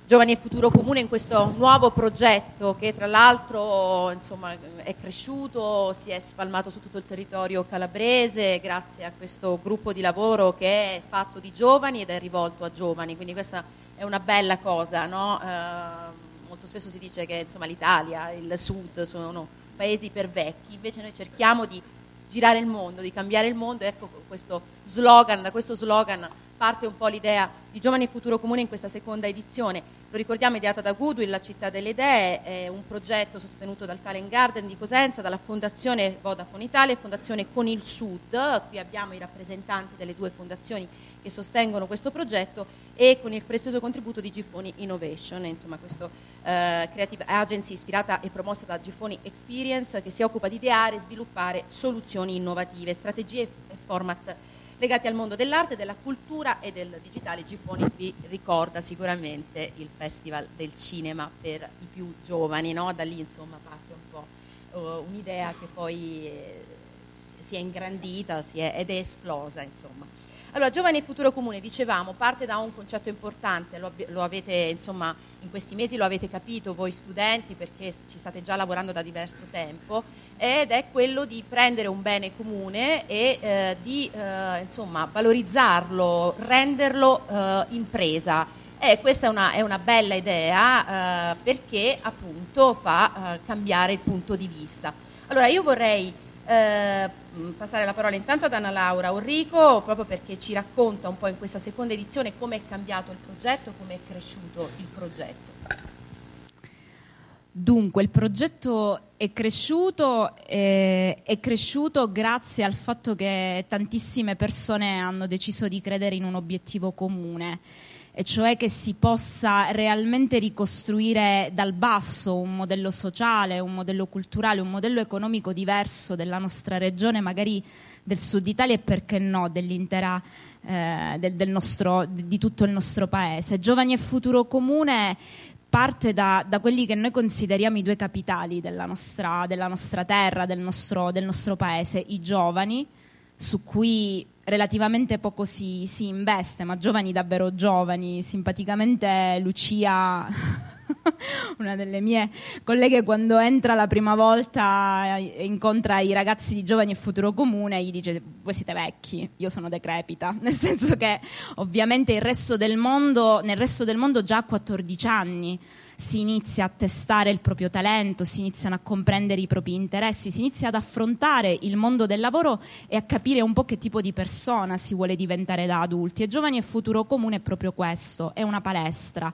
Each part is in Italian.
Giovani e Futuro Comune in questo nuovo progetto che tra l'altro insomma, è cresciuto, si è spalmato su tutto il territorio calabrese grazie a questo gruppo di lavoro che è fatto di giovani ed è rivolto a giovani, quindi questa è una bella cosa, no? Molto spesso si dice che insomma, l'Italia, il Sud sono paesi per vecchi, invece noi cerchiamo di girare il mondo, di cambiare il mondo, ecco questo slogan, da questo slogan parte un po' l'idea di Giovani e Futuro Comune in questa seconda edizione. Lo ricordiamo, ideata da Goodwill, la città delle idee, è un progetto sostenuto dal Talent Garden di Cosenza, dalla Fondazione Vodafone Italia e Fondazione Con il Sud. Qui abbiamo i rappresentanti delle due fondazioni che sostengono questo progetto e con il prezioso contributo di Gifoni Innovation, insomma questo creative agency ispirata e promossa da Gifoni Experience che si occupa di ideare e sviluppare soluzioni innovative, strategie e format legati al mondo dell'arte, della cultura e del digitale. Gifoni vi ricorda sicuramente il Festival del Cinema per i più giovani, no? Da lì insomma parte un po' un'idea che poi si è ingrandita ed è esplosa insomma. Allora, Giovani e Futuro Comune, dicevamo, parte da un concetto importante, lo avete insomma in questi mesi lo avete capito voi studenti perché ci state già lavorando da diverso tempo, ed è quello di prendere un bene comune e di insomma valorizzarlo, renderlo impresa. Questa è una bella idea perché appunto fa cambiare il punto di vista. Allora io vorrei passare la parola intanto ad Anna Laura Orrico proprio perché ci racconta un po' in questa seconda edizione come è cambiato il progetto, come è cresciuto il progetto. Dunque, il progetto è cresciuto grazie al fatto che tantissime persone hanno deciso di credere in un obiettivo comune, e cioè che si possa realmente ricostruire dal basso un modello sociale, un modello culturale, un modello economico diverso della nostra regione, magari del Sud Italia e perché no dell'intera di tutto il nostro paese. Giovani e Futuro Comune parte da quelli che noi consideriamo i due capitali della nostra terra, del nostro paese, i giovani, su cui relativamente poco si investe, ma giovani davvero giovani. Simpaticamente Lucia, una delle mie colleghe, quando entra la prima volta incontra i ragazzi di Giovani e Futuro Comune, gli dice: voi siete vecchi, io sono decrepita, nel senso che ovviamente nel resto del mondo già a 14 anni si inizia a testare il proprio talento, si iniziano a comprendere i propri interessi, si inizia ad affrontare il mondo del lavoro e a capire un po' che tipo di persona si vuole diventare da adulti. E Giovani e Futuro Comune è proprio questo, è una palestra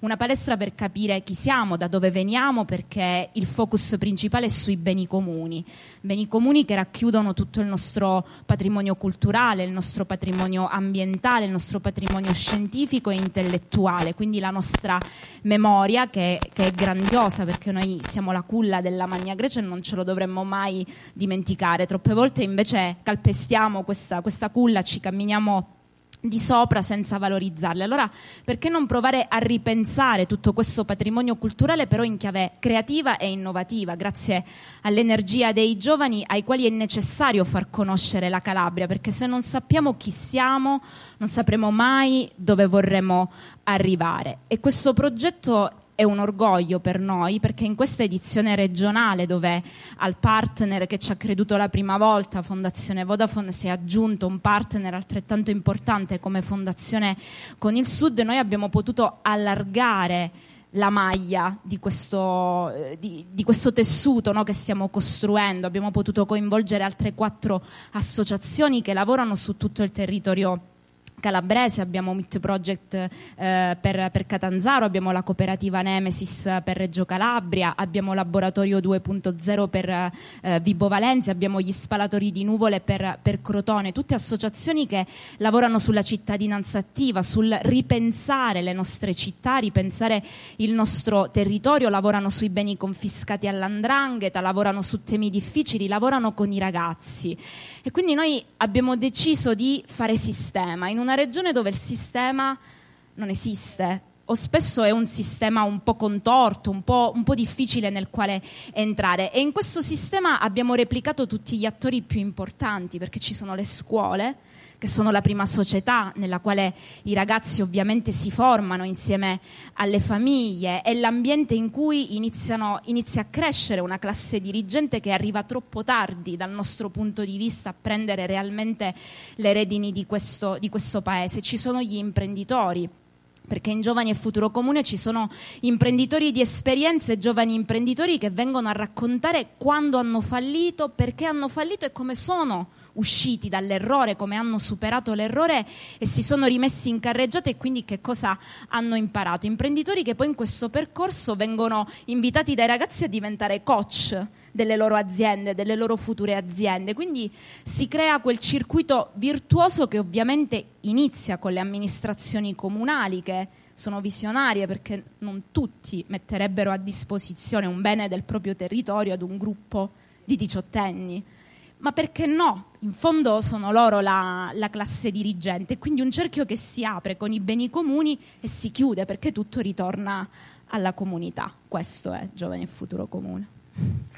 per capire chi siamo, da dove veniamo, perché il focus principale è sui beni comuni che racchiudono tutto il nostro patrimonio culturale, il nostro patrimonio ambientale, il nostro patrimonio scientifico e intellettuale, quindi la nostra memoria che è grandiosa, perché noi siamo la culla della Magna Grecia e non ce lo dovremmo mai dimenticare. Troppe volte invece calpestiamo questa culla, ci camminiamo di sopra senza valorizzarle. Allora perché non provare a ripensare tutto questo patrimonio culturale, però in chiave creativa e innovativa, grazie all'energia dei giovani ai quali è necessario far conoscere la Calabria, perché se non sappiamo chi siamo non sapremo mai dove vorremmo arrivare. E questo progetto è un orgoglio per noi, perché in questa edizione regionale, dove al partner che ci ha creduto la prima volta, Fondazione Vodafone, si è aggiunto un partner altrettanto importante come Fondazione Con il Sud, noi abbiamo potuto allargare la maglia di questo tessuto, no, che stiamo costruendo. Abbiamo potuto coinvolgere altre 4 associazioni che lavorano su tutto il territorio calabrese. Abbiamo Meet Project per Catanzaro, abbiamo la cooperativa Nemesis per Reggio Calabria, abbiamo Laboratorio 2.0 per Vibo Valencia, abbiamo gli spalatori di nuvole per Crotone, tutte associazioni che lavorano sulla cittadinanza attiva, sul ripensare le nostre città, ripensare il nostro territorio, lavorano sui beni confiscati all''ndrangheta, lavorano su temi difficili, lavorano con i ragazzi. E quindi noi abbiamo deciso di fare sistema in una regione dove il sistema non esiste, o spesso è un sistema un po' contorto, un po' difficile nel quale entrare. E in questo sistema abbiamo replicato tutti gli attori più importanti, perché ci sono le scuole che sono la prima società nella quale i ragazzi ovviamente si formano insieme alle famiglie, è l'ambiente in cui inizia a crescere una classe dirigente che arriva troppo tardi dal nostro punto di vista a prendere realmente le redini di questo paese. Ci sono gli imprenditori, perché in Giovani e Futuro Comune ci sono imprenditori di esperienze, giovani imprenditori che vengono a raccontare quando hanno fallito, perché hanno fallito e come sono usciti dall'errore, come hanno superato l'errore e si sono rimessi in carreggiata e quindi che cosa hanno imparato. Imprenditori che poi in questo percorso vengono invitati dai ragazzi a diventare coach delle loro aziende, delle loro future aziende, quindi si crea quel circuito virtuoso che ovviamente inizia con le amministrazioni comunali, che sono visionarie perché non tutti metterebbero a disposizione un bene del proprio territorio ad un gruppo di diciottenni. Ma perché no? In fondo sono loro la classe dirigente, quindi un cerchio che si apre con i beni comuni e si chiude perché tutto ritorna alla comunità. Questo è Giovani e Futuro Comune.